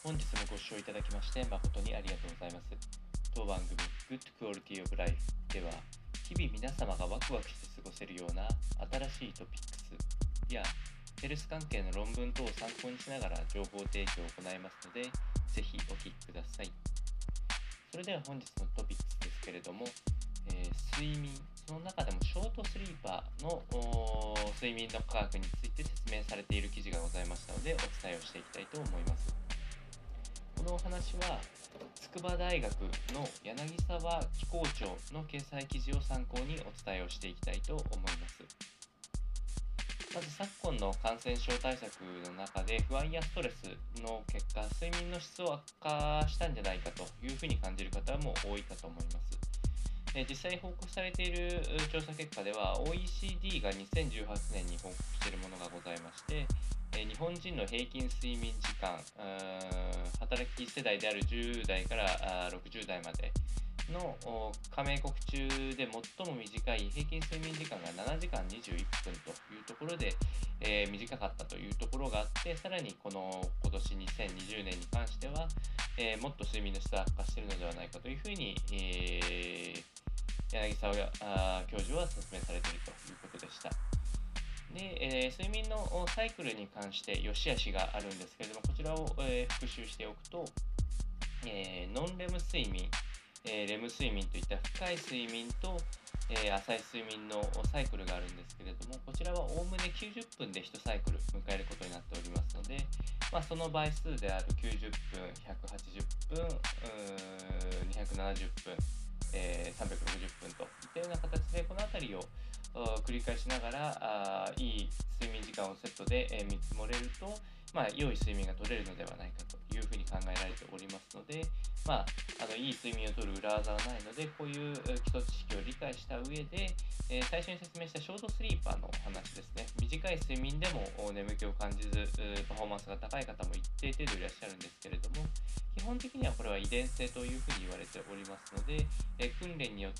本日もご視聴いただきまして誠にありがとうございます。当番組 Good Quality of Life では、日々皆様がワクワクして過ごせるような新しいトピックスやヘルス関係の論文等を参考にしながら情報提供を行いますので、ぜひお聞きください。それでは本日のトピックスですけれども、睡眠、その中でもショートスリーパーの睡眠の科学について説明されている記事がございましたので、お伝えをしていきたいと思います。このお話は筑波大学の柳沢機構長の掲載記事を参考にお伝えをしていきたいと思います。まず昨今の感染症対策の中で不安やストレスの結果、睡眠の質を悪化したんじゃないかというふうに感じる方も多いかと思います。実際報告されている調査結果では OECD が2018年に報告しているものがございまして、日本人の平均睡眠時間、働き世代である10代から60代までの加盟国中で最も短い平均睡眠時間が7時間21分というところで、短かったというところがあって、さらに今年2020年に関しては、もっと睡眠の質が悪化しているのではないかというふうに、柳沢教授は説明されているということでした。で、睡眠のサイクルに関して良し悪しがあるんですけれども、こちらを、復習しておくと、ノンレム睡眠、レム睡眠といった深い睡眠と、浅い睡眠のサイクルがあるんですけれども、こちらはおおむね90分で1サイクル迎えることになっておりますので、その倍数である90分、180分、270分、360分といったような形でこの辺りを繰り返しながらいい睡眠時間をセットで、見積もれると、良い睡眠が取れるのではないかというふうに考えられておりますので、いい睡眠をとる裏技はないので、こういう基礎知識を理解した上で、最初に説明したショートスリーパーのお話ですね。短い睡眠でも眠気を感じずパフォーマンスが高い方も一定程度いらっしゃるんですけれども、基本的にはこれは遺伝性というふうに言われておりますので、訓練によって、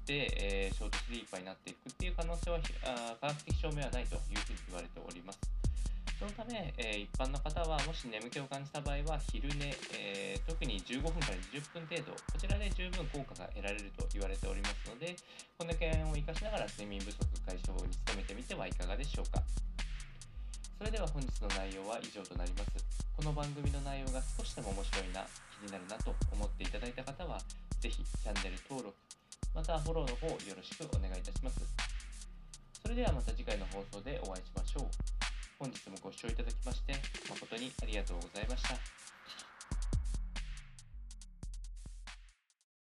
ショートスリーパーになっていくっていう可能性は科学的証明はないというふうに言われております。そのため、一般の方はもし眠気を感じた場合は昼寝、特に15分から20分程度、こちらで十分効果が得られると言われておりますので、この点を生かしながら睡眠不足解消に努めてみてはいかがでしょうか。それでは本日の内容は以上となります。この番組の内容が少しでも面白いな、気になるなと思っていただいた方は、ぜひチャンネル登録、またフォローの方よろしくお願いいたします。それではまた次回の放送でお会いしましょう。本日もご視聴いただきまして誠にありがとうございました。